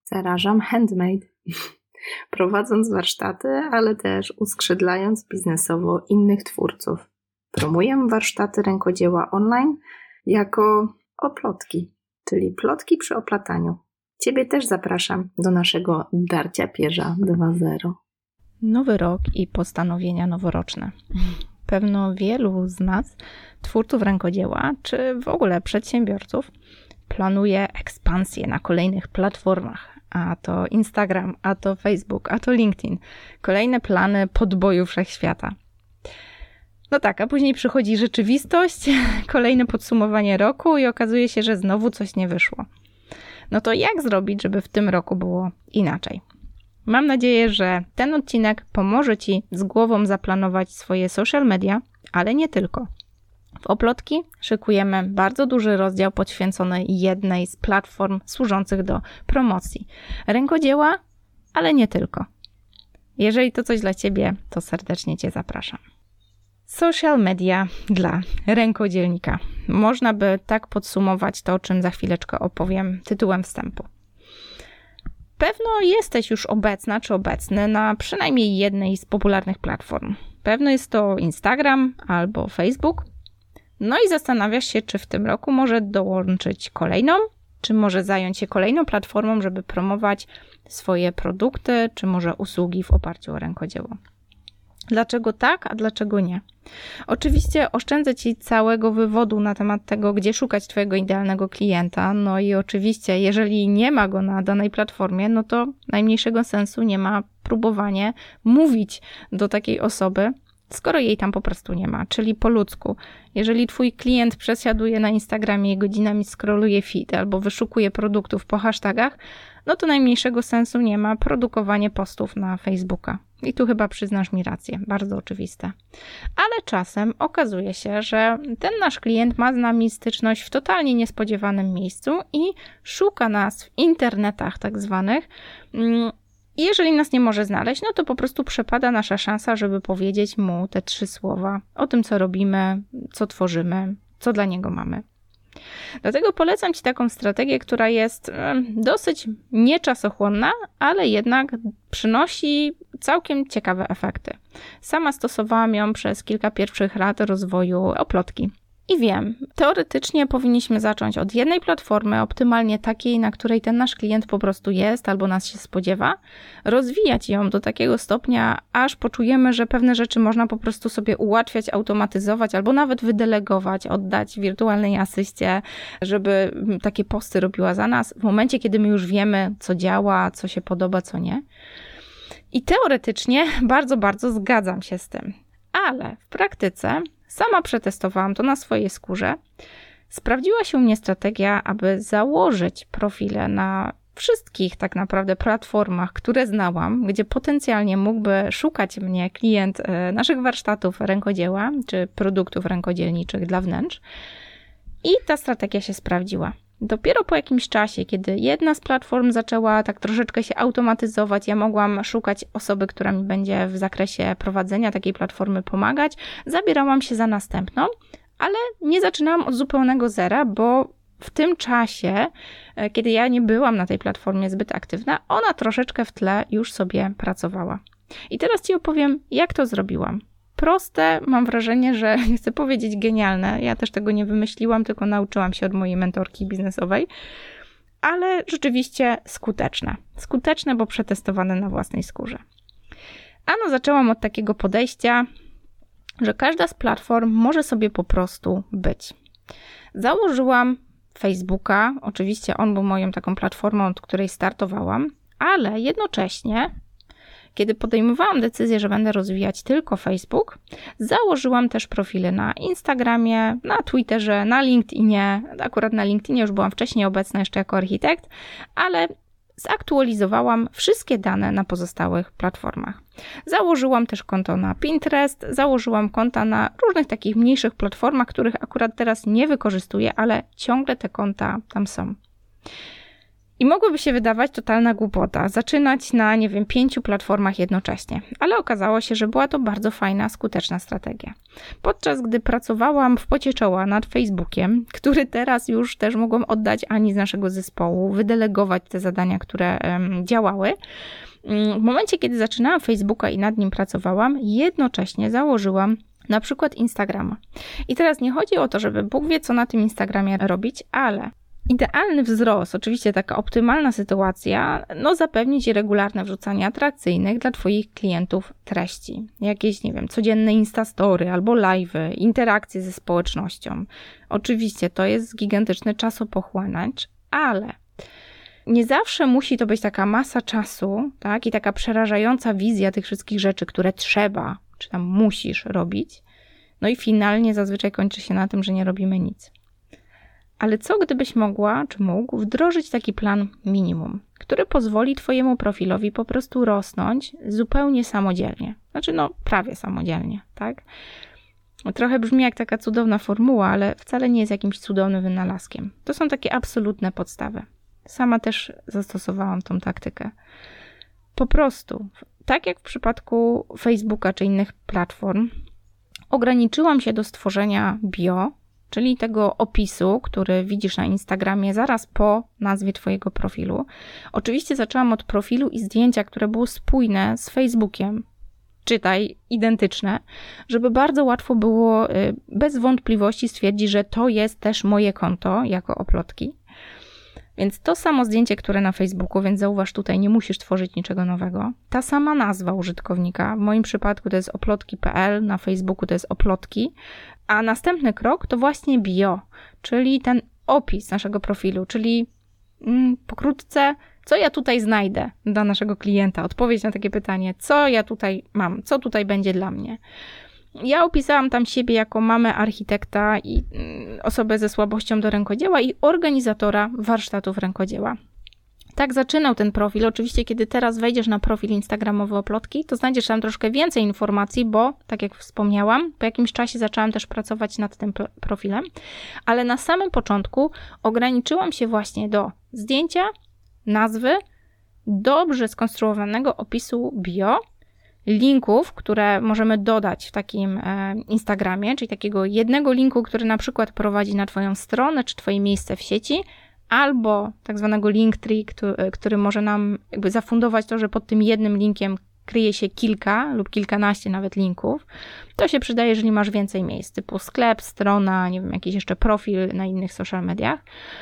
Zarażam handmade, prowadząc warsztaty, ale też uskrzydlając biznesowo innych twórców. Promuję warsztaty rękodzieła online jako oplotki, czyli plotki przy oplataniu. Ciebie też zapraszam do naszego Darcia Pierza 2.0. Nowy rok i postanowienia noworoczne. Pewno wielu z nas, twórców rękodzieła, czy w ogóle przedsiębiorców, planuje ekspansję na kolejnych platformach. A to Instagram, a to Facebook, a to LinkedIn. Kolejne plany podboju wszechświata. No tak, a później przychodzi rzeczywistość, kolejne podsumowanie roku i okazuje się, że znowu coś nie wyszło. No to jak zrobić, żeby w tym roku było inaczej? Mam nadzieję, że ten odcinek pomoże Ci z głową zaplanować swoje social media, ale nie tylko. W Oplotki szykujemy bardzo duży rozdział poświęcony jednej z platform służących do promocji rękodzieła, ale nie tylko. Jeżeli to coś dla Ciebie, to serdecznie Cię zapraszam. Social media dla rękodzielnika. Można by tak podsumować to, o czym za chwileczkę opowiem tytułem wstępu. Pewno jesteś już obecna czy obecny na przynajmniej jednej z popularnych platform. Pewno jest to Instagram albo Facebook. No i zastanawiasz się, czy w tym roku może dołączyć kolejną, czy może zająć się kolejną platformą, żeby promować swoje produkty, czy może usługi w oparciu o rękodzieło. Dlaczego tak, a dlaczego nie? Oczywiście oszczędzę Ci całego wywodu na temat tego, gdzie szukać Twojego idealnego klienta. No i oczywiście, jeżeli nie ma go na danej platformie, no to najmniejszego sensu nie ma próbowanie mówić do takiej osoby, skoro jej tam po prostu nie ma, czyli po ludzku. Jeżeli Twój klient przesiaduje na Instagramie i godzinami scrolluje feed albo wyszukuje produktów po hashtagach, no to najmniejszego sensu nie ma produkowanie postów na Facebooka. I tu chyba przyznasz mi rację, bardzo oczywiste. Ale czasem okazuje się, że ten nasz klient ma z nami styczność w totalnie niespodziewanym miejscu i szuka nas w internetach tak zwanych. I jeżeli nas nie może znaleźć, no to po prostu przepada nasza szansa, żeby powiedzieć mu te 3 słowa o tym, co robimy, co tworzymy, co dla niego mamy. Dlatego polecam Ci taką strategię, która jest dosyć nieczasochłonna, ale jednak przynosi całkiem ciekawe efekty. Sama stosowałam ją przez kilka pierwszych lat rozwoju Oplotki. I wiem, teoretycznie powinniśmy zacząć od jednej platformy, optymalnie takiej, na której ten nasz klient po prostu jest albo nas się spodziewa, rozwijać ją do takiego stopnia, aż poczujemy, że pewne rzeczy można po prostu sobie ułatwiać, automatyzować albo nawet wydelegować, oddać wirtualnej asyście, żeby takie posty robiła za nas w momencie, kiedy my już wiemy, co działa, co się podoba, co nie. I teoretycznie bardzo, bardzo zgadzam się z tym, ale w praktyce sama przetestowałam to na swojej skórze. Sprawdziła się u mnie strategia, aby założyć profile na wszystkich tak naprawdę platformach, które znałam, gdzie potencjalnie mógłby szukać mnie klient naszych warsztatów rękodzieła czy produktów rękodzielniczych dla wnętrz. I ta strategia się sprawdziła. Dopiero po jakimś czasie, kiedy jedna z platform zaczęła tak troszeczkę się automatyzować, ja mogłam szukać osoby, która mi będzie w zakresie prowadzenia takiej platformy pomagać, zabierałam się za następną, ale nie zaczynałam od zupełnego zera, bo w tym czasie, kiedy ja nie byłam na tej platformie zbyt aktywna, ona troszeczkę w tle już sobie pracowała. I teraz Ci opowiem, jak to zrobiłam. Proste, mam wrażenie, że nie chcę powiedzieć genialne, ja też tego nie wymyśliłam, tylko nauczyłam się od mojej mentorki biznesowej, ale rzeczywiście skuteczne. Skuteczne, bo przetestowane na własnej skórze. Ano zaczęłam od takiego podejścia, że każda z platform może sobie po prostu być. Założyłam Facebooka, oczywiście on był moją taką platformą, od której startowałam, ale jednocześnie kiedy podejmowałam decyzję, że będę rozwijać tylko Facebook, założyłam też profile na Instagramie, na Twitterze, na LinkedInie. Akurat na LinkedInie już byłam wcześniej obecna jeszcze jako architekt, ale zaktualizowałam wszystkie dane na pozostałych platformach. Założyłam też konto na Pinterest, założyłam konta na różnych takich mniejszych platformach, których akurat teraz nie wykorzystuję, ale ciągle te konta tam są. I mogłoby się wydawać totalna głupota, zaczynać na, 5 platformach jednocześnie. Ale okazało się, że była to bardzo fajna, skuteczna strategia. Podczas gdy pracowałam w pocie czoła nad Facebookiem, który teraz już też mogłam oddać Ani z naszego zespołu, wydelegować te zadania, które działały, w momencie, kiedy zaczynałam Facebooka i nad nim pracowałam, jednocześnie założyłam na przykład Instagrama. I teraz nie chodzi o to, żeby Bóg wie, co na tym Instagramie robić, ale idealny wzrost, oczywiście taka optymalna sytuacja, zapewni Ci regularne wrzucanie atrakcyjnych dla Twoich klientów treści. Jakieś, codzienne instastory albo live'y, interakcje ze społecznością. Oczywiście to jest gigantyczny czasopochłaniacz, ale nie zawsze musi to być taka masa czasu, tak? I taka przerażająca wizja tych wszystkich rzeczy, które trzeba, czy tam musisz robić. I finalnie zazwyczaj kończy się na tym, że nie robimy nic. Ale co gdybyś mogła, czy mógł wdrożyć taki plan minimum, który pozwoli Twojemu profilowi po prostu rosnąć zupełnie samodzielnie. Prawie samodzielnie, tak? Trochę brzmi jak taka cudowna formuła, ale wcale nie jest jakimś cudownym wynalazkiem. To są takie absolutne podstawy. Sama też zastosowałam tą taktykę. Po prostu, tak jak w przypadku Facebooka czy innych platform, ograniczyłam się do stworzenia bio, czyli tego opisu, który widzisz na Instagramie zaraz po nazwie Twojego profilu. Oczywiście zaczęłam od profilu i zdjęcia, które było spójne z Facebookiem, czytaj, identyczne, żeby bardzo łatwo było bez wątpliwości stwierdzić, że to jest też moje konto jako oplotki. Więc to samo zdjęcie, które na Facebooku, więc zauważ, tutaj nie musisz tworzyć niczego nowego. Ta sama nazwa użytkownika, w moim przypadku to jest oplotki.pl, na Facebooku to jest oplotki, a następny krok to właśnie bio, czyli ten opis naszego profilu, czyli pokrótce, co ja tutaj znajdę dla naszego klienta, odpowiedź na takie pytanie, co ja tutaj mam, co tutaj będzie dla mnie. Ja opisałam tam siebie jako mamę architekta i osobę ze słabością do rękodzieła i organizatora warsztatów rękodzieła. Tak zaczynał ten profil. Oczywiście, kiedy teraz wejdziesz na profil instagramowy Oplotki, to znajdziesz tam troszkę więcej informacji, bo, tak jak wspomniałam, po jakimś czasie zaczęłam też pracować nad tym profilem, ale na samym początku ograniczyłam się właśnie do zdjęcia, nazwy, dobrze skonstruowanego opisu bio, linków, które możemy dodać w takim Instagramie, czyli takiego jednego linku, który na przykład prowadzi na Twoją stronę, czy Twoje miejsce w sieci, albo tak zwanego Linktree, który może nam zafundować to, że pod tym jednym linkiem kryje się kilka lub kilkanaście nawet linków. To się przydaje, jeżeli masz więcej miejsc, typu sklep, strona, jakiś jeszcze profil na innych social mediach.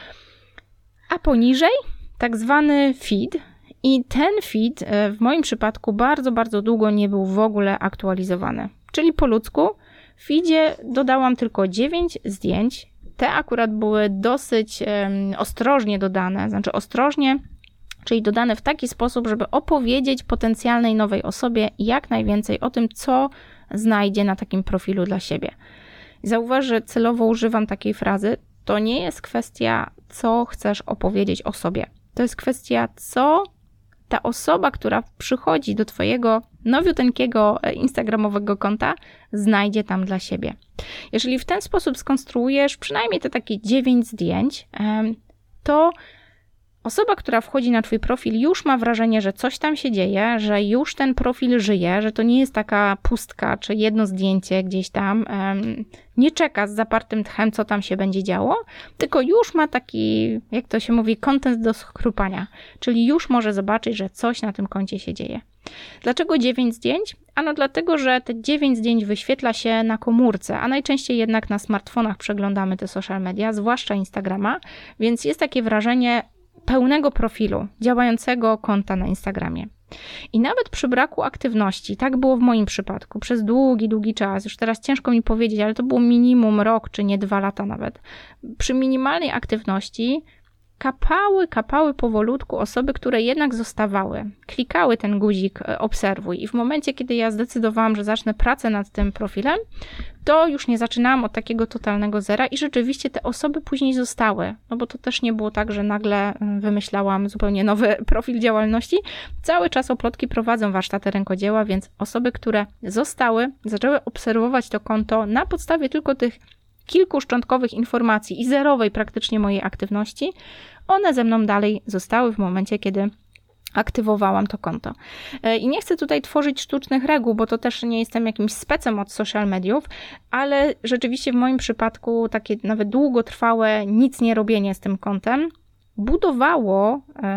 A poniżej tak zwany feed. I ten feed w moim przypadku bardzo, bardzo długo nie był w ogóle aktualizowany. Czyli po ludzku w feedzie dodałam tylko 9 zdjęć. Te akurat były dosyć ostrożnie dodane, czyli dodane w taki sposób, żeby opowiedzieć potencjalnej nowej osobie jak najwięcej o tym, co znajdzie na takim profilu dla siebie. Zauważ, że celowo używam takiej frazy, to nie jest kwestia, co chcesz opowiedzieć o sobie. To jest kwestia, co ta osoba, która przychodzi do Twojego nowiuteńkiego instagramowego konta, znajdzie tam dla siebie. Jeżeli w ten sposób skonstruujesz przynajmniej te takie 9 zdjęć, to osoba, która wchodzi na Twój profil, już ma wrażenie, że coś tam się dzieje, że już ten profil żyje, że to nie jest taka pustka, czy jedno zdjęcie gdzieś tam, nie czeka z zapartym tchem, co tam się będzie działo, tylko już ma taki, jak to się mówi, content do schrupania, czyli już może zobaczyć, że coś na tym koncie się dzieje. Dlaczego 9 zdjęć? Ano dlatego, że te 9 zdjęć wyświetla się na komórce, a najczęściej jednak na smartfonach przeglądamy te social media, zwłaszcza Instagrama, więc jest takie wrażenie pełnego profilu, działającego konta na Instagramie. I nawet przy braku aktywności, tak było w moim przypadku, przez długi czas, już teraz ciężko mi powiedzieć, ale to było minimum rok, czy nie 2 lata nawet. Przy minimalnej aktywności kapały powolutku osoby, które jednak zostawały, klikały ten guzik obserwuj i w momencie, kiedy ja zdecydowałam, że zacznę pracę nad tym profilem, to już nie zaczynałam od takiego totalnego zera i rzeczywiście te osoby później zostały, no bo to też nie było tak, że nagle wymyślałam zupełnie nowy profil działalności. Cały czas Oplotki prowadzą warsztaty rękodzieła, więc osoby, które zostały, zaczęły obserwować to konto na podstawie tylko tych kilku szczątkowych informacji i zerowej praktycznie mojej aktywności, one ze mną dalej zostały w momencie, kiedy aktywowałam to konto. I nie chcę tutaj tworzyć sztucznych reguł, bo to też nie jestem jakimś specem od social mediów, ale rzeczywiście w moim przypadku takie nawet długotrwałe nic nie robienie z tym kontem budowało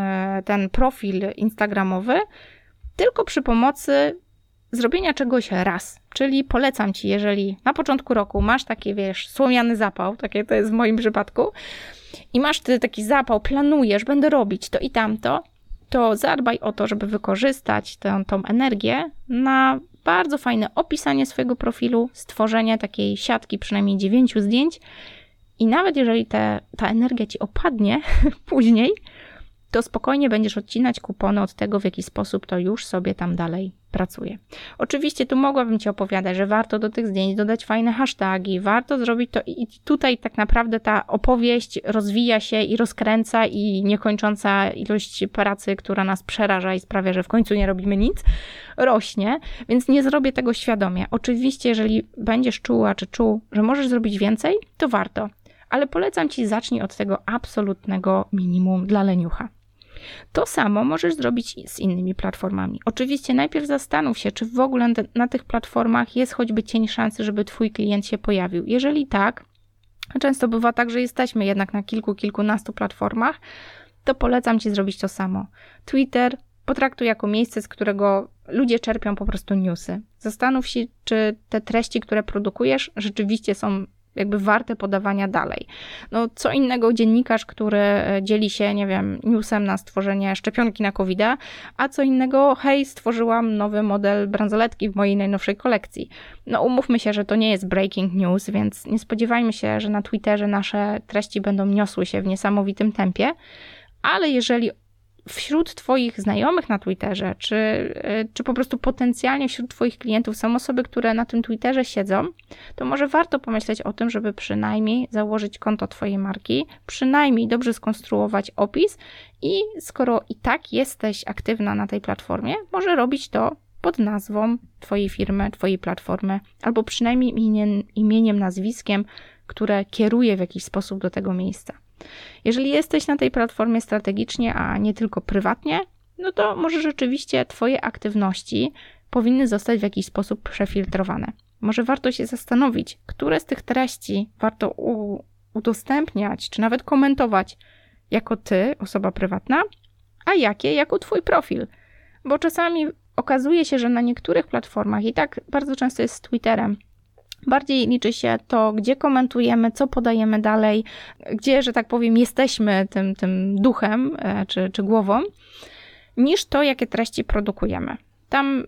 ten profil instagramowy tylko przy pomocy zrobienia czegoś raz. Czyli polecam Ci, jeżeli na początku roku masz taki, słomiany zapał, takie to jest w moim przypadku, i masz ty taki zapał, planujesz, będę robić to i tamto, to zadbaj o to, żeby wykorzystać tą energię na bardzo fajne opisanie swojego profilu, stworzenie takiej siatki przynajmniej 9 zdjęć i nawet jeżeli ta energia Ci opadnie później, to spokojnie będziesz odcinać kupony od tego, w jaki sposób to już sobie tam dalej pracuje. Oczywiście tu mogłabym Ci opowiadać, że warto do tych zdjęć dodać fajne hasztagi, warto zrobić to i tutaj tak naprawdę ta opowieść rozwija się i rozkręca i niekończąca ilość pracy, która nas przeraża i sprawia, że w końcu nie robimy nic, rośnie, więc nie zrobię tego świadomie. Oczywiście, jeżeli będziesz czuła czy czuł, że możesz zrobić więcej, to warto, ale polecam Ci, zacznij od tego absolutnego minimum dla leniucha. To samo możesz zrobić z innymi platformami. Oczywiście najpierw zastanów się, czy w ogóle na tych platformach jest choćby cień szansy, żeby Twój klient się pojawił. Jeżeli tak, często bywa tak, że jesteśmy jednak na kilkunastu platformach, to polecam Ci zrobić to samo. Twitter potraktuj jako miejsce, z którego ludzie czerpią po prostu newsy. Zastanów się, czy te treści, które produkujesz, rzeczywiście są jakby warte podawania dalej. No co innego dziennikarz, który dzieli się, nie wiem, newsem na stworzenie szczepionki na COVID-a, a co innego, hej, stworzyłam nowy model bransoletki w mojej najnowszej kolekcji. No umówmy się, że to nie jest breaking news, więc nie spodziewajmy się, że na Twitterze nasze treści będą niosły się w niesamowitym tempie, ale jeżeli wśród Twoich znajomych na Twitterze, czy po prostu potencjalnie wśród Twoich klientów są osoby, które na tym Twitterze siedzą, to może warto pomyśleć o tym, żeby przynajmniej założyć konto Twojej marki, przynajmniej dobrze skonstruować opis i skoro i tak jesteś aktywna na tej platformie, może robić to pod nazwą Twojej firmy, Twojej platformy, albo przynajmniej imieniem, nazwiskiem, które kieruje w jakiś sposób do tego miejsca. Jeżeli jesteś na tej platformie strategicznie, a nie tylko prywatnie, no to może rzeczywiście Twoje aktywności powinny zostać w jakiś sposób przefiltrowane. Może warto się zastanowić, które z tych treści warto udostępniać, czy nawet komentować jako Ty, osoba prywatna, a jakie jako Twój profil. Bo czasami okazuje się, że na niektórych platformach, i tak bardzo często jest z Twitterem, bardziej liczy się to, gdzie komentujemy, co podajemy dalej, gdzie, że tak powiem, jesteśmy tym duchem czy głową, niż to, jakie treści produkujemy. Tam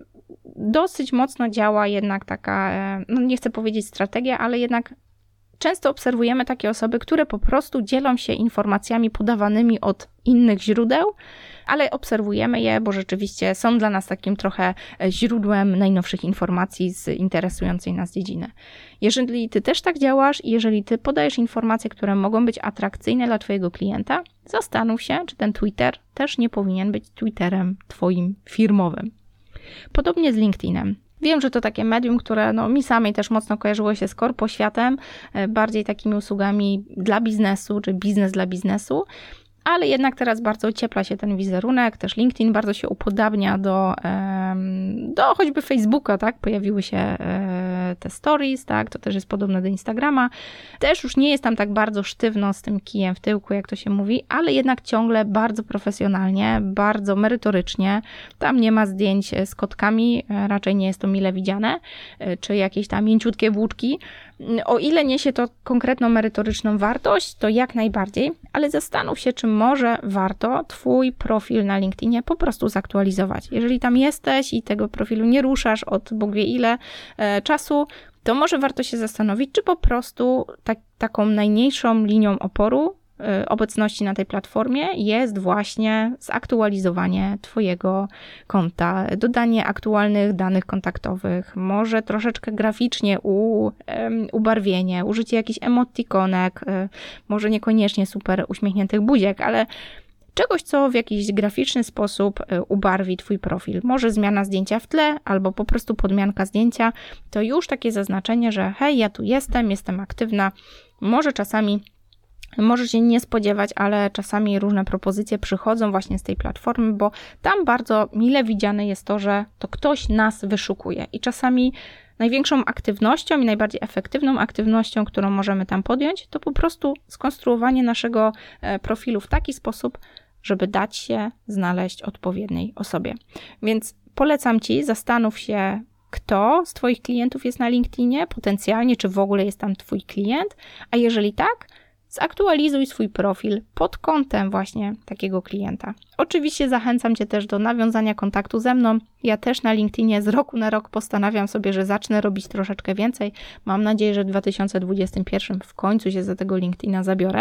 dosyć mocno działa jednak taka, no nie chcę powiedzieć strategia, ale jednak często obserwujemy takie osoby, które po prostu dzielą się informacjami podawanymi od innych źródeł, ale obserwujemy je, bo rzeczywiście są dla nas takim trochę źródłem najnowszych informacji z interesującej nas dziedziny. Jeżeli Ty też tak działasz i jeżeli Ty podajesz informacje, które mogą być atrakcyjne dla Twojego klienta, zastanów się, czy ten Twitter też nie powinien być Twitterem Twoim firmowym. Podobnie z LinkedInem. Wiem, że to takie medium, które mi samej też mocno kojarzyło się z korpo światem, bardziej takimi usługami dla biznesu, czy biznes dla biznesu, ale jednak teraz bardzo ociepla się ten wizerunek, też LinkedIn bardzo się upodabnia do choćby Facebooka, tak, pojawiły się te stories, tak, to też jest podobne do Instagrama, też już nie jest tam tak bardzo sztywno z tym kijem w tyłku, jak to się mówi, ale jednak ciągle bardzo profesjonalnie, bardzo merytorycznie, tam nie ma zdjęć z kotkami, raczej nie jest to mile widziane, czy jakieś tam mięciutkie włóczki. O ile niesie to konkretną merytoryczną wartość, to jak najbardziej, ale zastanów się, czy może warto Twój profil na LinkedInie po prostu zaktualizować. Jeżeli tam jesteś i tego profilu nie ruszasz od Bóg wie ile czasu, to może warto się zastanowić, czy po prostu taką najmniejszą linią oporu obecności na tej platformie jest właśnie zaktualizowanie Twojego konta, dodanie aktualnych danych kontaktowych, może troszeczkę graficznie ubarwienie, użycie jakichś emotikonek, może niekoniecznie super uśmiechniętych buziek, ale czegoś, co w jakiś graficzny sposób ubarwi Twój profil. Może zmiana zdjęcia w tle, albo po prostu podmianka zdjęcia, to już takie zaznaczenie, że hej, ja tu jestem aktywna. Może czasami może się nie spodziewać, ale czasami różne propozycje przychodzą właśnie z tej platformy, bo tam bardzo mile widziane jest to, że to ktoś nas wyszukuje i czasami największą aktywnością i najbardziej efektywną aktywnością, którą możemy tam podjąć, to po prostu skonstruowanie naszego profilu w taki sposób, żeby dać się znaleźć odpowiedniej osobie. Więc polecam Ci, zastanów się, kto z Twoich klientów jest na LinkedInie, potencjalnie, czy w ogóle jest tam Twój klient, a jeżeli tak, zaktualizuj swój profil pod kątem właśnie takiego klienta. Oczywiście zachęcam Cię też do nawiązania kontaktu ze mną. Ja też na LinkedInie z roku na rok postanawiam sobie, że zacznę robić troszeczkę więcej. Mam nadzieję, że w 2021 w końcu się za tego LinkedIna zabiorę.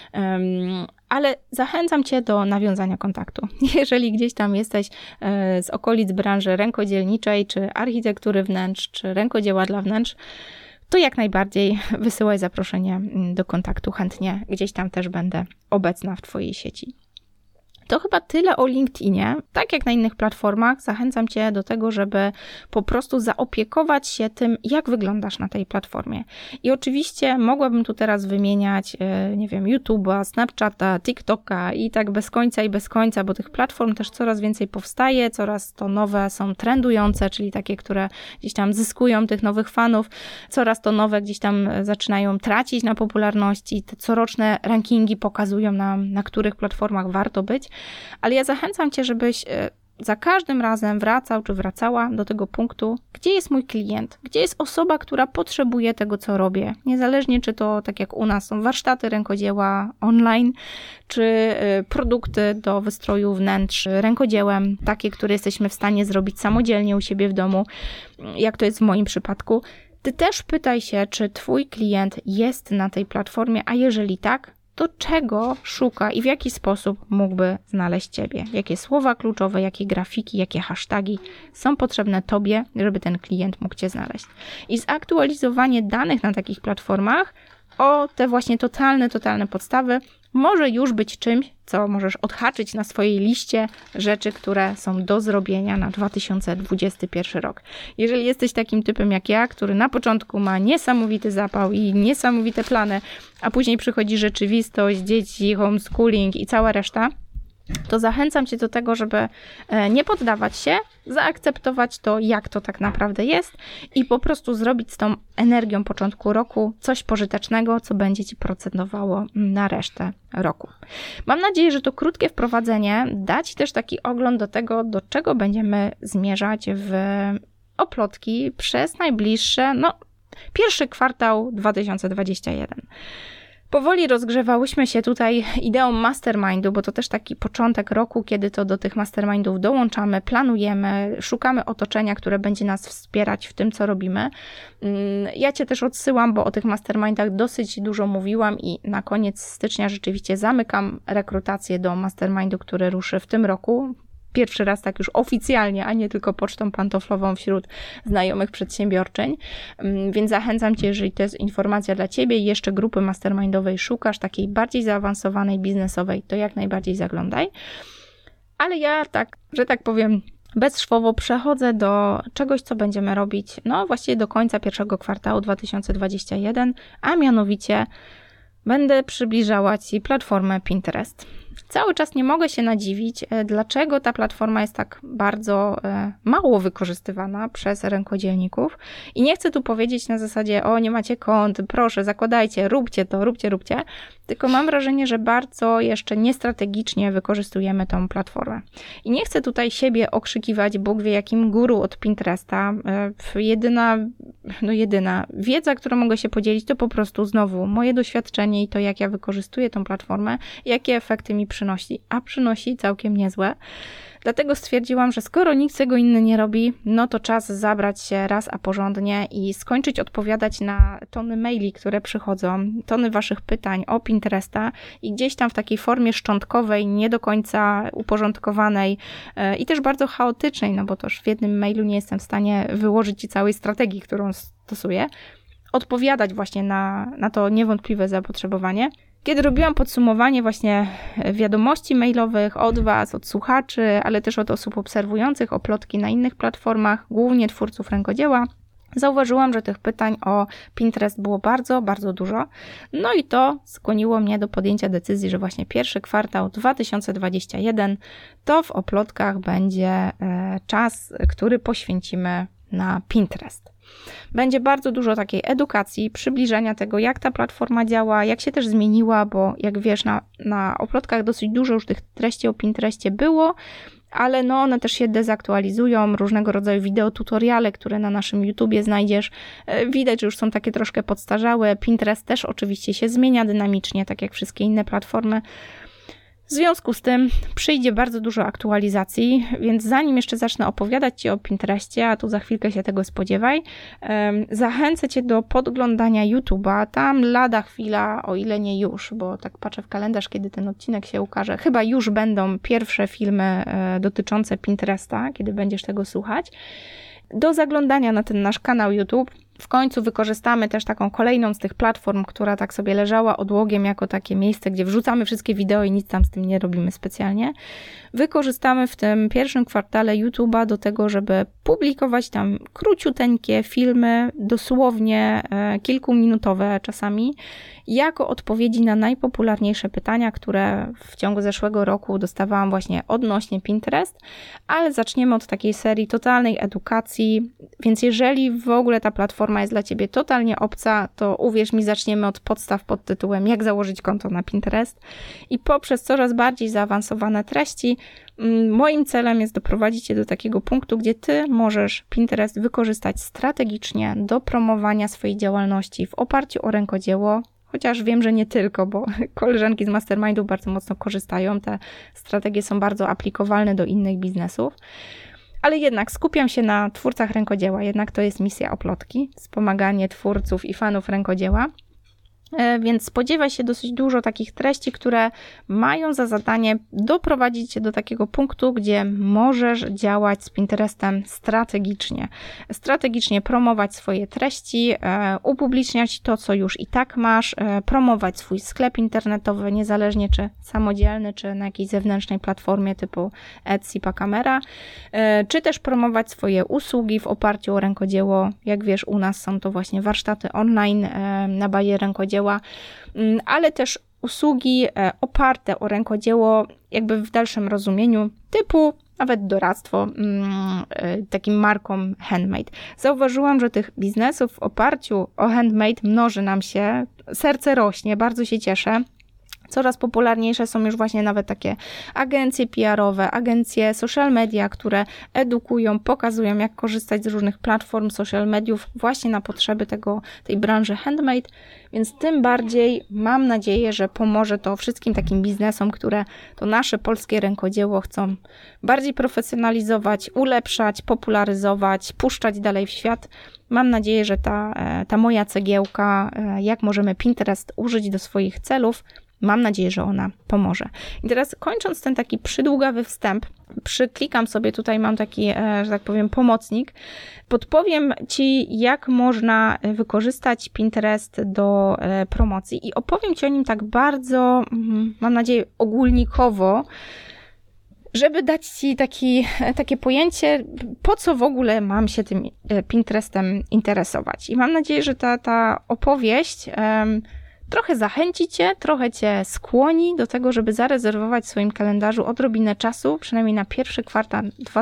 Ale zachęcam Cię do nawiązania kontaktu. Jeżeli gdzieś tam jesteś z okolic branży rękodzielniczej, czy architektury wnętrz, czy rękodzieła dla wnętrz, to jak najbardziej wysyłaj zaproszenie do kontaktu. Chętnie gdzieś tam też będę obecna w Twojej sieci. To chyba tyle o LinkedInie. Tak jak na innych platformach, zachęcam Cię do tego, żeby po prostu zaopiekować się tym, jak wyglądasz na tej platformie. I oczywiście mogłabym tu teraz wymieniać, nie wiem, YouTube'a, Snapchata, TikToka i tak bez końca, bo tych platform też coraz więcej powstaje, coraz to nowe są trendujące, czyli takie, które gdzieś tam zyskują tych nowych fanów, coraz to nowe gdzieś tam zaczynają tracić na popularności. Te coroczne rankingi pokazują nam, na których platformach warto być. Ale ja zachęcam Cię, żebyś za każdym razem wracał czy wracała do tego punktu, gdzie jest mój klient, gdzie jest osoba, która potrzebuje tego, co robię. Niezależnie, czy to tak jak u nas są warsztaty rękodzieła online, czy produkty do wystroju wnętrz rękodziełem, takie, które jesteśmy w stanie zrobić samodzielnie u siebie w domu, jak to jest w moim przypadku. Ty też pytaj się, czy Twój klient jest na tej platformie, a jeżeli tak, to czego szuka i w jaki sposób mógłby znaleźć Ciebie? Jakie słowa kluczowe, jakie grafiki, jakie hasztagi są potrzebne Tobie, żeby ten klient mógł Cię znaleźć. I zaktualizowanie danych na takich platformach o te właśnie totalne podstawy może już być czymś, co możesz odhaczyć na swojej liście rzeczy, które są do zrobienia na 2021 rok. Jeżeli jesteś takim typem jak ja, który na początku ma niesamowity zapał i niesamowite plany, a później przychodzi rzeczywistość, dzieci, homeschooling i cała reszta, to zachęcam Cię do tego, żeby nie poddawać się, zaakceptować to, jak to tak naprawdę jest i po prostu zrobić z tą energią początku roku coś pożytecznego, co będzie Ci procentowało na resztę roku. Mam nadzieję, że to krótkie wprowadzenie da Ci też taki ogląd do tego, do czego będziemy zmierzać w Oplotki przez najbliższe, pierwszy kwartał 2021. Powoli rozgrzewałyśmy się tutaj ideą mastermindu, bo to też taki początek roku, kiedy to do tych mastermindów dołączamy, planujemy, szukamy otoczenia, które będzie nas wspierać w tym, co robimy. Ja Cię też odsyłam, bo o tych mastermindach dosyć dużo mówiłam i na koniec stycznia rzeczywiście zamykam rekrutację do mastermindu, który ruszy w tym roku. Pierwszy raz tak już oficjalnie, a nie tylko pocztą pantoflową wśród znajomych przedsiębiorczyń. Więc zachęcam Cię, jeżeli to jest informacja dla Ciebie i jeszcze grupy mastermindowej szukasz, takiej bardziej zaawansowanej, biznesowej, to jak najbardziej zaglądaj. Ale ja tak, że tak powiem, bezszwowo przechodzę do czegoś, co będziemy robić, właściwie do końca pierwszego kwartału 2021, a mianowicie będę przybliżała Ci platformę Pinterest. Cały czas nie mogę się nadziwić, dlaczego ta platforma jest tak bardzo mało wykorzystywana przez rękodzielników. I nie chcę tu powiedzieć na zasadzie, nie macie kont, proszę, zakładajcie, róbcie to, róbcie. Tylko mam wrażenie, że bardzo jeszcze niestrategicznie wykorzystujemy tą platformę. I nie chcę tutaj siebie okrzykiwać, Bóg wie jakim guru od Pinteresta. Jedyna wiedza, którą mogę się podzielić, to po prostu znowu moje doświadczenie i to, jak ja wykorzystuję tą platformę, jakie efekty mi przynosi, a przynosi całkiem niezłe. Dlatego stwierdziłam, że skoro nikt tego inny nie robi, to czas zabrać się raz a porządnie i skończyć odpowiadać na tony maili, które przychodzą, tony Waszych pytań o Pinteresta i gdzieś tam w takiej formie szczątkowej, nie do końca uporządkowanej i też bardzo chaotycznej, bo też w jednym mailu nie jestem w stanie wyłożyć Ci całej strategii, którą stosuję, odpowiadać właśnie na to niewątpliwe zapotrzebowanie. Kiedy robiłam podsumowanie właśnie wiadomości mailowych od Was, od słuchaczy, ale też od osób obserwujących oplotki na innych platformach, głównie twórców rękodzieła, zauważyłam, że tych pytań o Pinterest było bardzo, bardzo dużo. No i to skłoniło mnie do podjęcia decyzji, że właśnie pierwszy kwartał 2021 to w oplotkach będzie czas, który poświęcimy na Pinterest. Będzie bardzo dużo takiej edukacji, przybliżenia tego, jak ta platforma działa, jak się też zmieniła, bo jak wiesz, na oplotkach dosyć dużo już tych treści o Pinterestie było, ale no one też się dezaktualizują, różnego rodzaju wideotutoriale, które na naszym YouTubie znajdziesz, widać, że już są takie troszkę podstarzałe. Pinterest też oczywiście się zmienia dynamicznie, tak jak wszystkie inne platformy. W związku z tym przyjdzie bardzo dużo aktualizacji, więc zanim jeszcze zacznę opowiadać Ci o Pinterestie, a tu za chwilkę się tego spodziewaj, zachęcę Cię do podglądania YouTube'a. Tam lada chwila, o ile nie już, bo tak patrzę w kalendarz, kiedy ten odcinek się ukaże, chyba już będą pierwsze filmy dotyczące Pinteresta, kiedy będziesz tego słuchać. Do zaglądania na ten nasz kanał YouTube. W końcu wykorzystamy też taką kolejną z tych platform, która tak sobie leżała odłogiem jako takie miejsce, gdzie wrzucamy wszystkie wideo i nic tam z tym nie robimy specjalnie. Wykorzystamy w tym pierwszym kwartale YouTube'a do tego, żeby publikować tam króciuteńkie filmy, dosłownie kilkuminutowe czasami, jako odpowiedzi na najpopularniejsze pytania, które w ciągu zeszłego roku dostawałam właśnie odnośnie Pinterest, ale zaczniemy od takiej serii totalnej edukacji, więc jeżeli w ogóle ta platforma jest dla Ciebie totalnie obca, to uwierz mi, zaczniemy od podstaw pod tytułem jak założyć konto na Pinterest i poprzez coraz bardziej zaawansowane treści moim celem jest doprowadzić Cię do takiego punktu, gdzie Ty możesz Pinterest wykorzystać strategicznie do promowania swojej działalności w oparciu o rękodzieło, chociaż wiem, że nie tylko, bo koleżanki z Mastermindu bardzo mocno korzystają, te strategie są bardzo aplikowalne do innych biznesów. Ale jednak skupiam się na twórcach rękodzieła, jednak to jest misja Oplotki, wspomaganie twórców i fanów rękodzieła. Więc spodziewaj się dosyć dużo takich treści, które mają za zadanie doprowadzić Cię do takiego punktu, gdzie możesz działać z Pinterestem strategicznie. Strategicznie promować swoje treści, upubliczniać to, co już i tak masz, promować swój sklep internetowy, niezależnie czy samodzielny, czy na jakiejś zewnętrznej platformie typu Etsy, Pacamera, czy też promować swoje usługi w oparciu o rękodzieło. Jak wiesz, u nas są to właśnie warsztaty online na bazie rękodzieła, ale też usługi oparte o rękodzieło jakby w dalszym rozumieniu typu nawet doradztwo takim markom handmade. Zauważyłam, że tych biznesów w oparciu o handmade mnoży nam się, serce rośnie, bardzo się cieszę. Coraz popularniejsze są już właśnie nawet takie agencje PR-owe, agencje social media, które edukują, pokazują, jak korzystać z różnych platform social mediów właśnie na potrzeby tej branży handmade, więc tym bardziej mam nadzieję, że pomoże to wszystkim takim biznesom, które to nasze polskie rękodzieło chcą bardziej profesjonalizować, ulepszać, popularyzować, puszczać dalej w świat. Mam nadzieję, że ta moja cegiełka, jak możemy Pinterest użyć do swoich celów, mam nadzieję, że ona pomoże. I teraz kończąc ten taki przydługawy wstęp, przyklikam sobie tutaj, mam taki, że tak powiem, pomocnik. Podpowiem Ci, jak można wykorzystać Pinterest do promocji i opowiem Ci o nim tak bardzo, mam nadzieję, ogólnikowo, żeby dać Ci takie pojęcie, po co w ogóle mam się tym Pinterestem interesować. I mam nadzieję, że ta opowieść trochę zachęci Cię, trochę Cię skłoni do tego, żeby zarezerwować w swoim kalendarzu odrobinę czasu, przynajmniej na pierwszy kwartał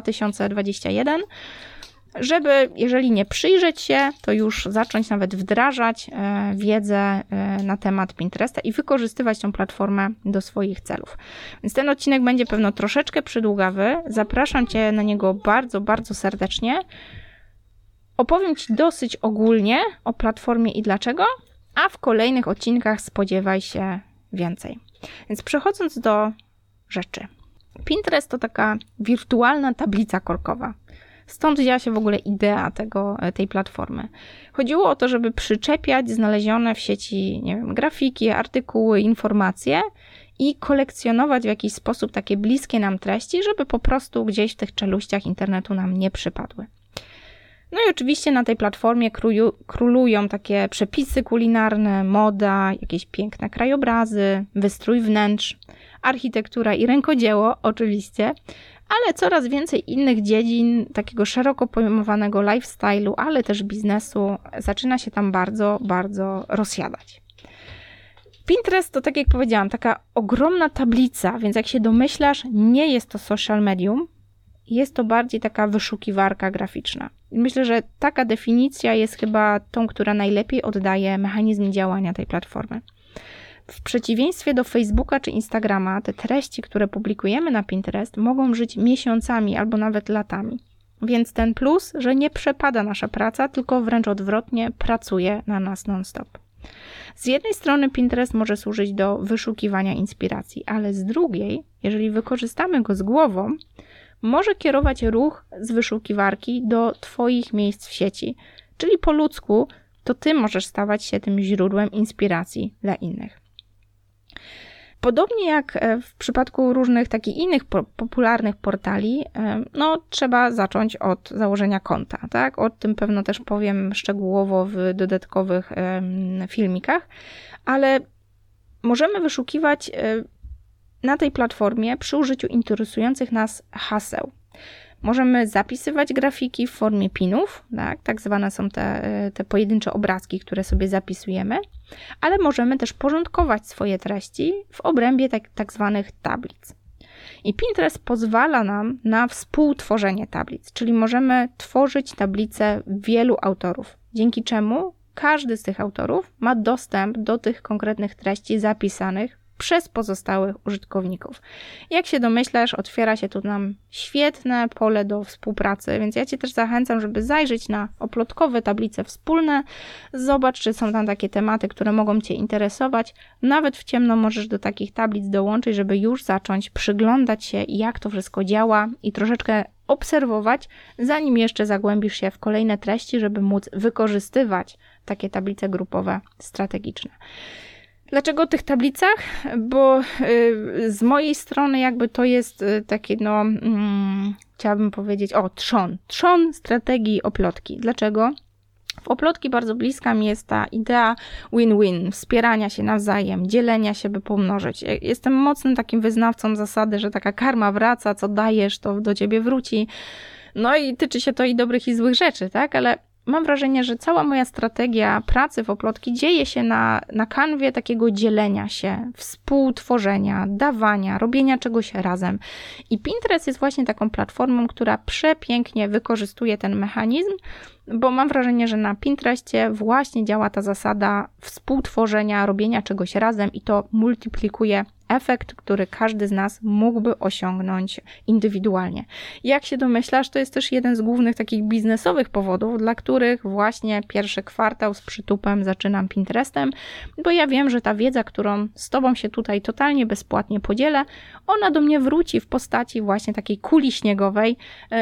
2021, żeby, jeżeli nie przyjrzeć się, to już zacząć nawet wdrażać wiedzę na temat Pinteresta i wykorzystywać tą platformę do swoich celów. Więc ten odcinek będzie pewno troszeczkę przydługawy. Zapraszam Cię na niego bardzo, bardzo serdecznie. Opowiem Ci dosyć ogólnie o platformie i dlaczego, a w kolejnych odcinkach spodziewaj się więcej. Więc przechodząc do rzeczy. Pinterest to taka wirtualna tablica korkowa. Stąd wzięła się w ogóle idea tej platformy. Chodziło o to, żeby przyczepiać znalezione w sieci, nie wiem, grafiki, artykuły, informacje i kolekcjonować w jakiś sposób takie bliskie nam treści, żeby po prostu gdzieś w tych czeluściach internetu nam nie przypadły. No i oczywiście na tej platformie królują takie przepisy kulinarne, moda, jakieś piękne krajobrazy, wystrój wnętrz, architektura i rękodzieło oczywiście, ale coraz więcej innych dziedzin takiego szeroko pojmowanego lifestyle'u, ale też biznesu zaczyna się tam bardzo, bardzo rozsiadać. Pinterest to, tak jak powiedziałam, taka ogromna tablica, więc jak się domyślasz, nie jest to social medium, jest to bardziej taka wyszukiwarka graficzna. I myślę, że taka definicja jest chyba tą, która najlepiej oddaje mechanizm działania tej platformy. W przeciwieństwie do Facebooka czy Instagrama, te treści, które publikujemy na Pinterest, mogą żyć miesiącami albo nawet latami. Więc ten plus, że nie przepada nasza praca, tylko wręcz odwrotnie pracuje na nas non-stop. Z jednej strony Pinterest może służyć do wyszukiwania inspiracji, ale z drugiej, jeżeli wykorzystamy go z głową, może kierować ruch z wyszukiwarki do Twoich miejsc w sieci, czyli po ludzku to Ty możesz stawać się tym źródłem inspiracji dla innych. Podobnie jak w przypadku różnych takich innych popularnych portali, trzeba zacząć od założenia konta, tak? O tym pewno też powiem szczegółowo w dodatkowych filmikach, ale możemy wyszukiwać na tej platformie przy użyciu interesujących nas haseł. Możemy zapisywać grafiki w formie pinów, tak zwane są te pojedyncze obrazki, które sobie zapisujemy, ale możemy też porządkować swoje treści w obrębie tak zwanych tablic. I Pinterest pozwala nam na współtworzenie tablic, czyli możemy tworzyć tablice wielu autorów, dzięki czemu każdy z tych autorów ma dostęp do tych konkretnych treści zapisanych przez pozostałych użytkowników. Jak się domyślasz, otwiera się tu nam świetne pole do współpracy, więc ja Cię też zachęcam, żeby zajrzeć na oplotkowe tablice wspólne, zobacz, czy są tam takie tematy, które mogą Cię interesować. Nawet w ciemno możesz do takich tablic dołączyć, żeby już zacząć przyglądać się, jak to wszystko działa i troszeczkę obserwować, zanim jeszcze zagłębisz się w kolejne treści, żeby móc wykorzystywać takie tablice grupowe strategiczne. Dlaczego o tych tablicach? Bo z mojej strony jakby to jest takie, chciałabym powiedzieć, trzon strategii oplotki. Dlaczego? W oplotki bardzo bliska mi jest ta idea win-win, wspierania się nawzajem, dzielenia się, by pomnożyć. Jestem mocnym takim wyznawcą zasady, że taka karma wraca, co dajesz, to do ciebie wróci. No i tyczy się to i dobrych, i złych rzeczy, tak? Ale mam wrażenie, że cała moja strategia pracy w oplotki dzieje się na kanwie takiego dzielenia się, współtworzenia, dawania, robienia czegoś razem. I Pinterest jest właśnie taką platformą, która przepięknie wykorzystuje ten mechanizm, bo mam wrażenie, że na Pinterestie właśnie działa ta zasada współtworzenia, robienia czegoś razem i to multiplikuje efekt, który każdy z nas mógłby osiągnąć indywidualnie. Jak się domyślasz, to jest też jeden z głównych takich biznesowych powodów, dla których właśnie pierwszy kwartał z przytupem zaczynam Pinterestem, bo ja wiem, że ta wiedza, którą z Tobą się tutaj totalnie bezpłatnie podzielę, ona do mnie wróci w postaci właśnie takiej kuli śniegowej,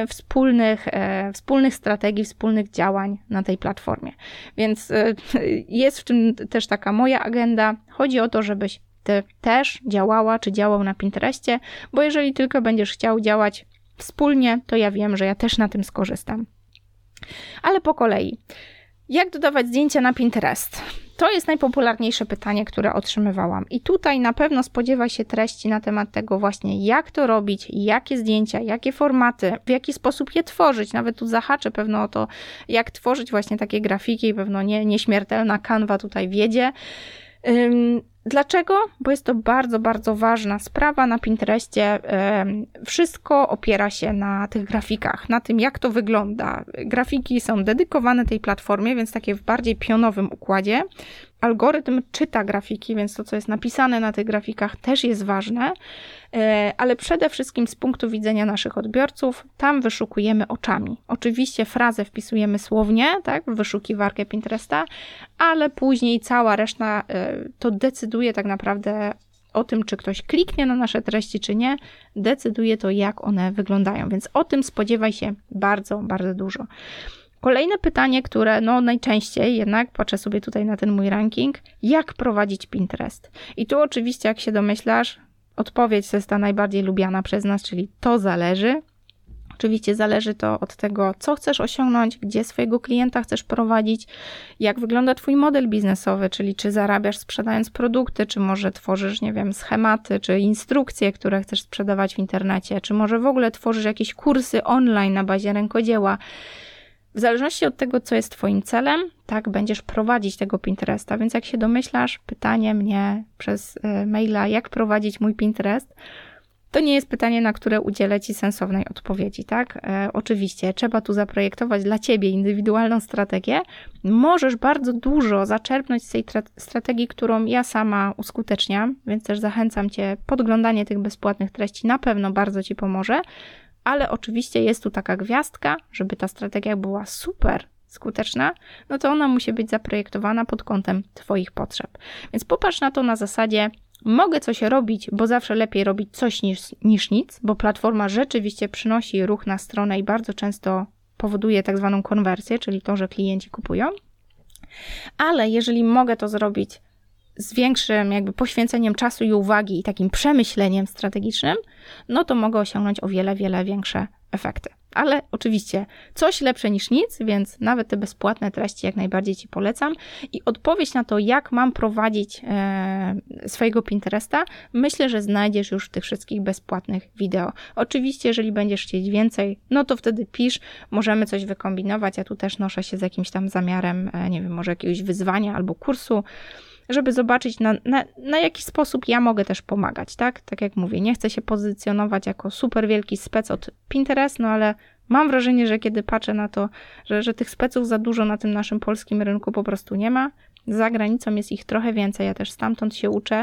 wspólnych strategii, wspólnych działań na tej platformie. Więc jest w tym też taka moja agenda. Chodzi o to, żebyś Ty też działała czy działał na Pinterestie, bo jeżeli tylko będziesz chciał działać wspólnie, to ja wiem, że ja też na tym skorzystam. Ale po kolei. Jak dodawać zdjęcia na Pinterest? To jest najpopularniejsze pytanie, które otrzymywałam. I tutaj na pewno spodziewa się treści na temat tego właśnie, jak to robić, jakie zdjęcia, jakie formaty, w jaki sposób je tworzyć. Nawet tu zahaczę pewno o to, jak tworzyć właśnie takie grafiki. Pewno nieśmiertelna Canva tutaj wiedzie. Dlaczego? Bo jest to bardzo, bardzo ważna sprawa na Pinterestie. Wszystko opiera się na tych grafikach, na tym, jak to wygląda. Grafiki są dedykowane tej platformie, więc takie w bardziej pionowym układzie. Algorytm czyta grafiki, więc to, co jest napisane na tych grafikach, też jest ważne, ale przede wszystkim z punktu widzenia naszych odbiorców, tam wyszukujemy oczami. Oczywiście frazę wpisujemy słownie, tak, w wyszukiwarkę Pinteresta, ale później cała reszta to decyduje tak naprawdę o tym, czy ktoś kliknie na nasze treści, czy nie, decyduje to, jak one wyglądają, więc o tym spodziewaj się bardzo, bardzo dużo. Kolejne pytanie, które najczęściej jednak, patrzę sobie tutaj na ten mój ranking, jak prowadzić Pinterest? I tu oczywiście, jak się domyślasz, odpowiedź jest ta najbardziej lubiana przez nas, czyli to zależy. Oczywiście zależy to od tego, co chcesz osiągnąć, gdzie swojego klienta chcesz prowadzić, jak wygląda twój model biznesowy, czyli czy zarabiasz sprzedając produkty, czy może tworzysz, nie wiem, schematy, czy instrukcje, które chcesz sprzedawać w internecie, czy może w ogóle tworzysz jakieś kursy online na bazie rękodzieła. W zależności od tego, co jest twoim celem, tak będziesz prowadzić tego Pinteresta. Więc jak się domyślasz, pytanie mnie przez maila, jak prowadzić mój Pinterest, to nie jest pytanie, na które udzielę ci sensownej odpowiedzi, tak? Oczywiście trzeba tu zaprojektować dla ciebie indywidualną strategię. Możesz bardzo dużo zaczerpnąć z tej strategii, którą ja sama uskuteczniam, więc też zachęcam cię, podglądanie tych bezpłatnych treści na pewno bardzo ci pomoże, ale oczywiście jest tu taka gwiazdka, żeby ta strategia była super skuteczna, no to ona musi być zaprojektowana pod kątem twoich potrzeb. Więc popatrz na to na zasadzie, mogę coś robić, bo zawsze lepiej robić coś niż nic, bo platforma rzeczywiście przynosi ruch na stronę i bardzo często powoduje tak zwaną konwersję, czyli to, że klienci kupują. Ale jeżeli mogę to zrobić z większym jakby poświęceniem czasu i uwagi i takim przemyśleniem strategicznym, no to mogę osiągnąć o wiele, wiele większe efekty. Ale oczywiście coś lepsze niż nic, więc nawet te bezpłatne treści jak najbardziej ci polecam. I odpowiedź na to, jak mam prowadzić swojego Pinteresta, myślę, że znajdziesz już w tych wszystkich bezpłatnych wideo. Oczywiście, jeżeli będziesz chcieć więcej, no to wtedy pisz, możemy coś wykombinować. Ja tu też noszę się z jakimś tam zamiarem, nie wiem, może jakiegoś wyzwania albo kursu, żeby zobaczyć, na jaki sposób ja mogę też pomagać, tak? Tak jak mówię, nie chcę się pozycjonować jako super wielki spec od Pinterest, no ale mam wrażenie, że kiedy patrzę na to, że tych speców za dużo na tym naszym polskim rynku po prostu nie ma. Za granicą jest ich trochę więcej, ja też stamtąd się uczę,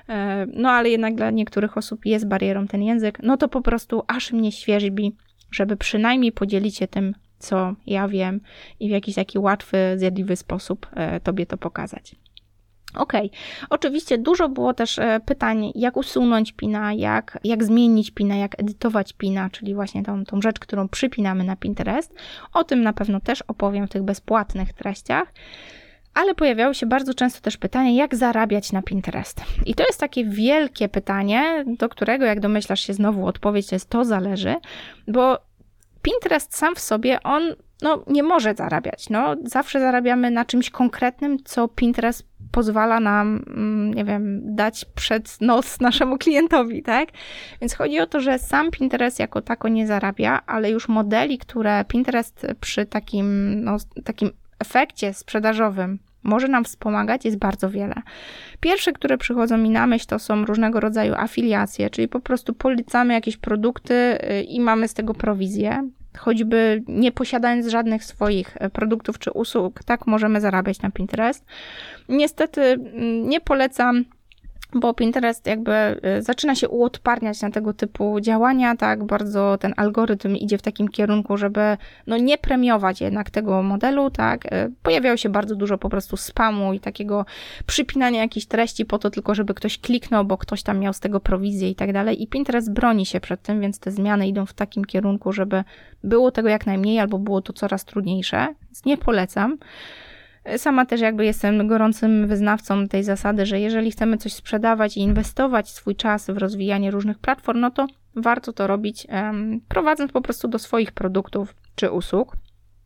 no ale jednak dla niektórych osób jest barierą ten język, no to po prostu aż mnie świerzbi, żeby przynajmniej podzielić się tym, co ja wiem i w jakiś taki łatwy, zjadliwy sposób tobie to pokazać. Okej, oczywiście dużo było też pytań, jak usunąć pina, jak zmienić pina, jak edytować pina, czyli właśnie tą rzecz, którą przypinamy na Pinterest. O tym na pewno też opowiem w tych bezpłatnych treściach, ale pojawiały się bardzo często też pytania, jak zarabiać na Pinterest. I to jest takie wielkie pytanie, do którego, jak domyślasz się znowu odpowiedź, to zależy, bo Pinterest sam w sobie, on nie może zarabiać. Zawsze zarabiamy na czymś konkretnym, co Pinterest pozwala nam, nie wiem, dać przed nos naszemu klientowi, tak? Więc chodzi o to, że sam Pinterest jako tako nie zarabia, ale już modeli, które Pinterest przy takim efekcie sprzedażowym może nam wspomagać, jest bardzo wiele. Pierwsze, które przychodzą mi na myśl, to są różnego rodzaju afiliacje, czyli po prostu polecamy jakieś produkty i mamy z tego prowizję. Choćby nie posiadając żadnych swoich produktów czy usług, tak możemy zarabiać na Pinterest. Niestety nie polecam, bo Pinterest jakby zaczyna się uodparniać na tego typu działania, tak bardzo ten algorytm idzie w takim kierunku, żeby nie premiować jednak tego modelu, tak. Pojawiało się bardzo dużo po prostu spamu i takiego przypinania jakichś treści po to tylko, żeby ktoś kliknął, bo ktoś tam miał z tego prowizję i tak dalej i Pinterest broni się przed tym, więc te zmiany idą w takim kierunku, żeby było tego jak najmniej albo było to coraz trudniejsze, więc nie polecam. Sama też jakby jestem gorącym wyznawcą tej zasady, że jeżeli chcemy coś sprzedawać i inwestować swój czas w rozwijanie różnych platform, no to warto to robić prowadząc po prostu do swoich produktów czy usług.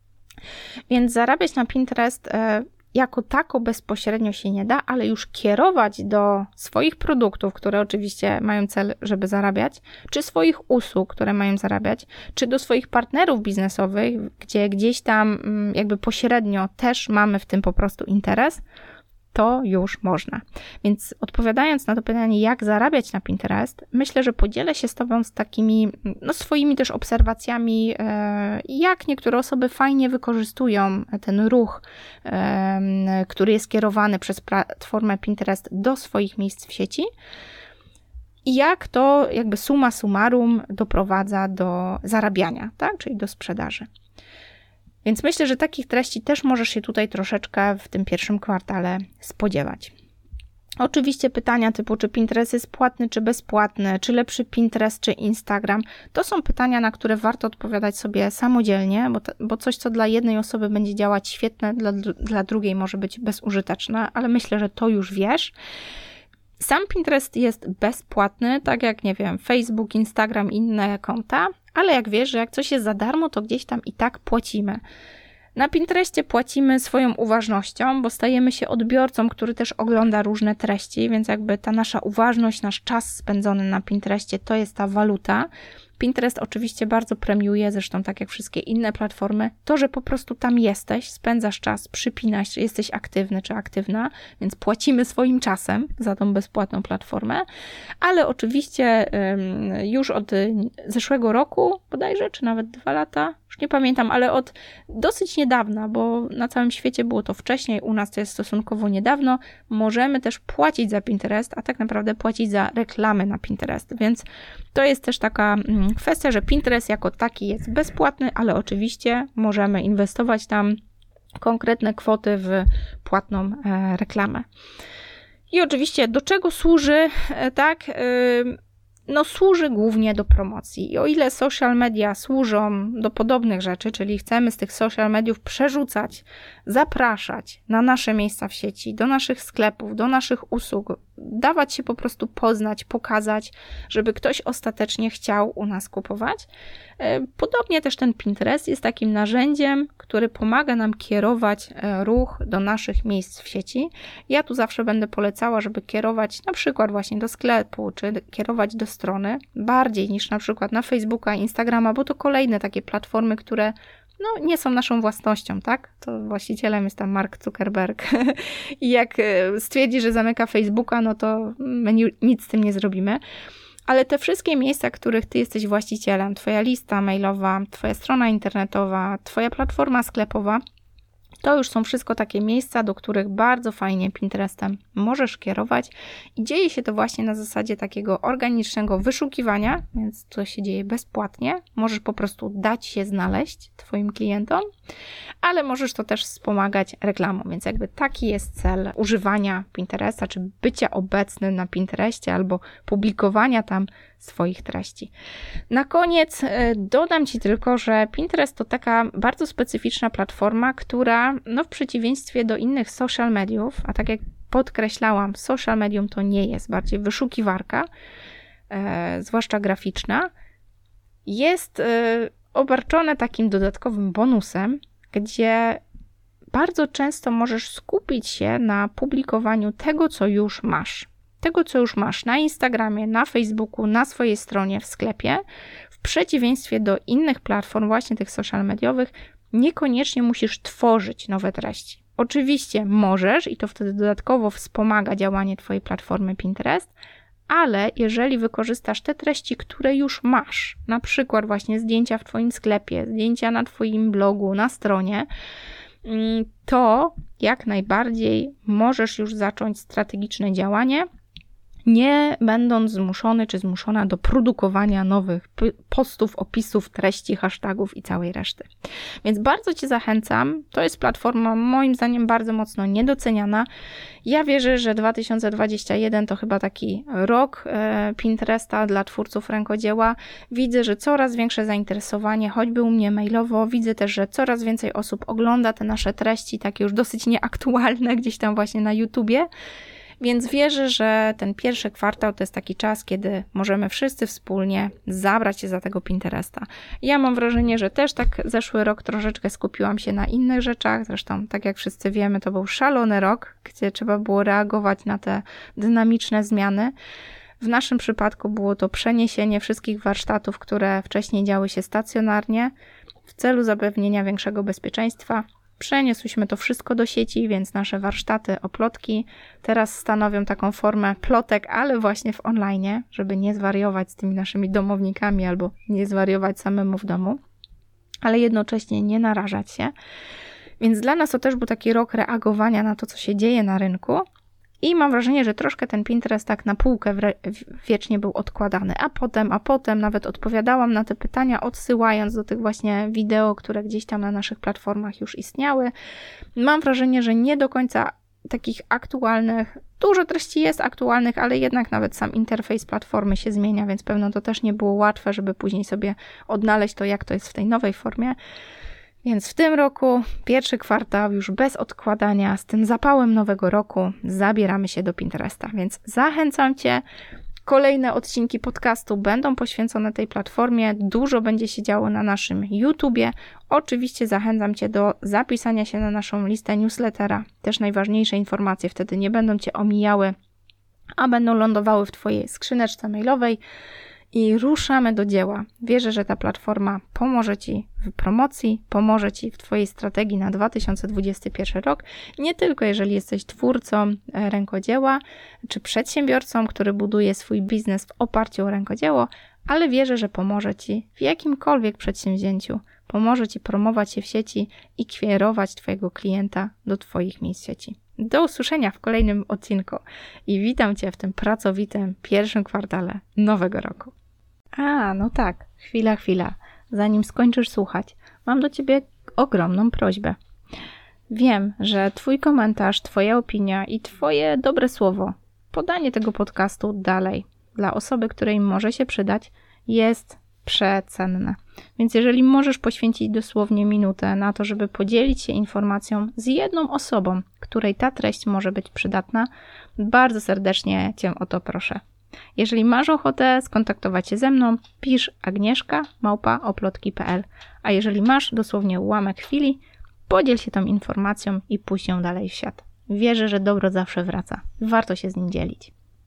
Więc zarabiać na Pinterest jako tako bezpośrednio się nie da, ale już kierować do swoich produktów, które oczywiście mają cel, żeby zarabiać, czy swoich usług, które mają zarabiać, czy do swoich partnerów biznesowych, gdzie gdzieś tam jakby pośrednio też mamy w tym po prostu interes, to już można. Więc odpowiadając na to pytanie, jak zarabiać na Pinterest, myślę, że podzielę się z tobą z takimi swoimi też obserwacjami, jak niektóre osoby fajnie wykorzystują ten ruch, który jest kierowany przez platformę Pinterest do swoich miejsc w sieci i jak to jakby summa summarum doprowadza do zarabiania, tak? Czyli do sprzedaży. Więc myślę, że takich treści też możesz się tutaj troszeczkę w tym pierwszym kwartale spodziewać. Oczywiście pytania typu, czy Pinterest jest płatny, czy bezpłatny, czy lepszy Pinterest, czy Instagram, to są pytania, na które warto odpowiadać sobie samodzielnie, bo coś, co dla jednej osoby będzie działać świetne, dla drugiej może być bezużyteczne, ale myślę, że to już wiesz. Sam Pinterest jest bezpłatny, tak jak, nie wiem, Facebook, Instagram, inne konta, Ale jak wiesz, że jak coś jest za darmo, to gdzieś tam i tak płacimy. Na Pinterestie płacimy swoją uważnością, bo stajemy się odbiorcą, który też ogląda różne treści, więc jakby ta nasza uważność, nasz czas spędzony na Pinterestie to jest ta waluta. Pinterest oczywiście bardzo premiuje, zresztą tak jak wszystkie inne platformy, to, że po prostu tam jesteś, spędzasz czas, przypinasz, jesteś aktywny czy aktywna, więc płacimy swoim czasem za tą bezpłatną platformę, ale oczywiście już od zeszłego roku bodajże, czy nawet 2 lata, już nie pamiętam, ale od dosyć niedawna, bo na całym świecie było to wcześniej, u nas to jest stosunkowo niedawno, możemy też płacić za Pinterest, a tak naprawdę płacić za reklamy na Pinterest, więc to jest też taka kwestia, że Pinterest jako taki jest bezpłatny, ale oczywiście możemy inwestować tam konkretne kwoty w płatną reklamę. I oczywiście do czego służy, tak? No służy głównie do promocji. I o ile social media służą do podobnych rzeczy, czyli chcemy z tych social mediów przerzucać, zapraszać na nasze miejsca w sieci, do naszych sklepów, do naszych usług, dawać się po prostu poznać, pokazać, żeby ktoś ostatecznie chciał u nas kupować. Podobnie też ten Pinterest jest takim narzędziem, który pomaga nam kierować ruch do naszych miejsc w sieci. Ja tu zawsze będę polecała, żeby kierować na przykład właśnie do sklepu, czy kierować do strony, bardziej niż na przykład na Facebooka, Instagrama, bo to kolejne takie platformy, które nie są naszą własnością, tak? To właścicielem jest tam Mark Zuckerberg. I jak stwierdzi, że zamyka Facebooka, no to my nic z tym nie zrobimy. Ale te wszystkie miejsca, których ty jesteś właścicielem, twoja lista mailowa, twoja strona internetowa, twoja platforma sklepowa, to już są wszystko takie miejsca, do których bardzo fajnie Pinterestem możesz kierować i dzieje się to właśnie na zasadzie takiego organicznego wyszukiwania, więc to się dzieje bezpłatnie. Możesz po prostu dać się znaleźć twoim klientom, ale możesz to też wspomagać reklamą, więc jakby taki jest cel używania Pinteresta, czy bycia obecnym na Pinterestie albo publikowania tam swoich treści. Na koniec dodam Ci tylko, że Pinterest to taka bardzo specyficzna platforma, która w przeciwieństwie do innych social mediów, a tak jak podkreślałam, social medium to nie jest, bardziej wyszukiwarka, zwłaszcza graficzna, jest obarczone takim dodatkowym bonusem, gdzie bardzo często możesz skupić się na publikowaniu tego, co już masz. Tego, co już masz na Instagramie, na Facebooku, na swojej stronie, w sklepie, w przeciwieństwie do innych platform, właśnie tych social mediowych, niekoniecznie musisz tworzyć nowe treści. Oczywiście możesz i to wtedy dodatkowo wspomaga działanie twojej platformy Pinterest, ale jeżeli wykorzystasz te treści, które już masz, na przykład właśnie zdjęcia w twoim sklepie, zdjęcia na twoim blogu, na stronie, to jak najbardziej możesz już zacząć strategiczne działanie, nie będąc zmuszony czy zmuszona do produkowania nowych postów, opisów, treści, hashtagów i całej reszty. Więc bardzo Cię zachęcam. To jest platforma moim zdaniem bardzo mocno niedoceniana. Ja wierzę, że 2021 to chyba taki rok Pinteresta dla twórców rękodzieła. Widzę, że coraz większe zainteresowanie, choćby u mnie mailowo. Widzę też, że coraz więcej osób ogląda te nasze treści, takie już dosyć nieaktualne gdzieś tam właśnie na YouTubie. Więc wierzę, że ten pierwszy kwartał to jest taki czas, kiedy możemy wszyscy wspólnie zabrać się za tego Pinteresta. Ja mam wrażenie, że też tak zeszły rok troszeczkę skupiłam się na innych rzeczach. Zresztą, tak jak wszyscy wiemy, to był szalony rok, gdzie trzeba było reagować na te dynamiczne zmiany. W naszym przypadku było to przeniesienie wszystkich warsztatów, które wcześniej działy się stacjonarnie w celu zapewnienia większego bezpieczeństwa. Przeniosłyśmy to wszystko do sieci, więc nasze warsztaty, oplotki teraz stanowią taką formę plotek, ale właśnie w online, żeby nie zwariować z tymi naszymi domownikami albo nie zwariować samemu w domu, ale jednocześnie nie narażać się. Więc dla nas to też był taki rok reagowania na to, co się dzieje na rynku. I mam wrażenie, że troszkę ten Pinterest tak na półkę wiecznie był odkładany. A potem nawet odpowiadałam na te pytania, odsyłając do tych właśnie wideo, które gdzieś tam na naszych platformach już istniały. Mam wrażenie, że nie do końca takich aktualnych, dużo treści jest aktualnych, ale jednak nawet sam interfejs platformy się zmienia, więc pewno to też nie było łatwe, żeby później sobie odnaleźć to, jak to jest w tej nowej formie. Więc w tym roku, pierwszy kwartał, już bez odkładania, z tym zapałem nowego roku, zabieramy się do Pinteresta. Więc zachęcam Cię, Kolejne odcinki podcastu będą poświęcone tej platformie. Dużo będzie się działo na naszym YouTubie. Oczywiście zachęcam Cię do zapisania się na naszą listę newslettera. Też najważniejsze informacje wtedy nie będą Cię omijały, a będą lądowały w Twojej skrzyneczce mailowej. I ruszamy do dzieła. Wierzę, że ta platforma pomoże Ci w promocji, pomoże Ci w Twojej strategii na 2021 rok. Nie tylko jeżeli jesteś twórcą rękodzieła, czy przedsiębiorcą, który buduje swój biznes w oparciu o rękodzieło, ale wierzę, że pomoże Ci w jakimkolwiek przedsięwzięciu. Pomoże Ci promować się w sieci i kierować Twojego klienta do Twoich miejsc sieci. Do usłyszenia w kolejnym odcinku i witam Cię w tym pracowitym pierwszym kwartale nowego roku. No tak, chwila. Zanim skończysz słuchać, mam do Ciebie ogromną prośbę. Wiem, że Twój komentarz, Twoja opinia i Twoje dobre słowo, podanie tego podcastu dalej dla osoby, której może się przydać, jest przecenne. Więc jeżeli możesz poświęcić dosłownie minutę na to, żeby podzielić się informacją z jedną osobą, której ta treść może być przydatna, bardzo serdecznie Cię o to proszę. Jeżeli masz ochotę skontaktować się ze mną, pisz agnieszka@oplotki.pl, a jeżeli masz dosłownie ułamek chwili, podziel się tą informacją i puść ją dalej w świat. Wierzę, że dobro zawsze wraca. Warto się z nim dzielić.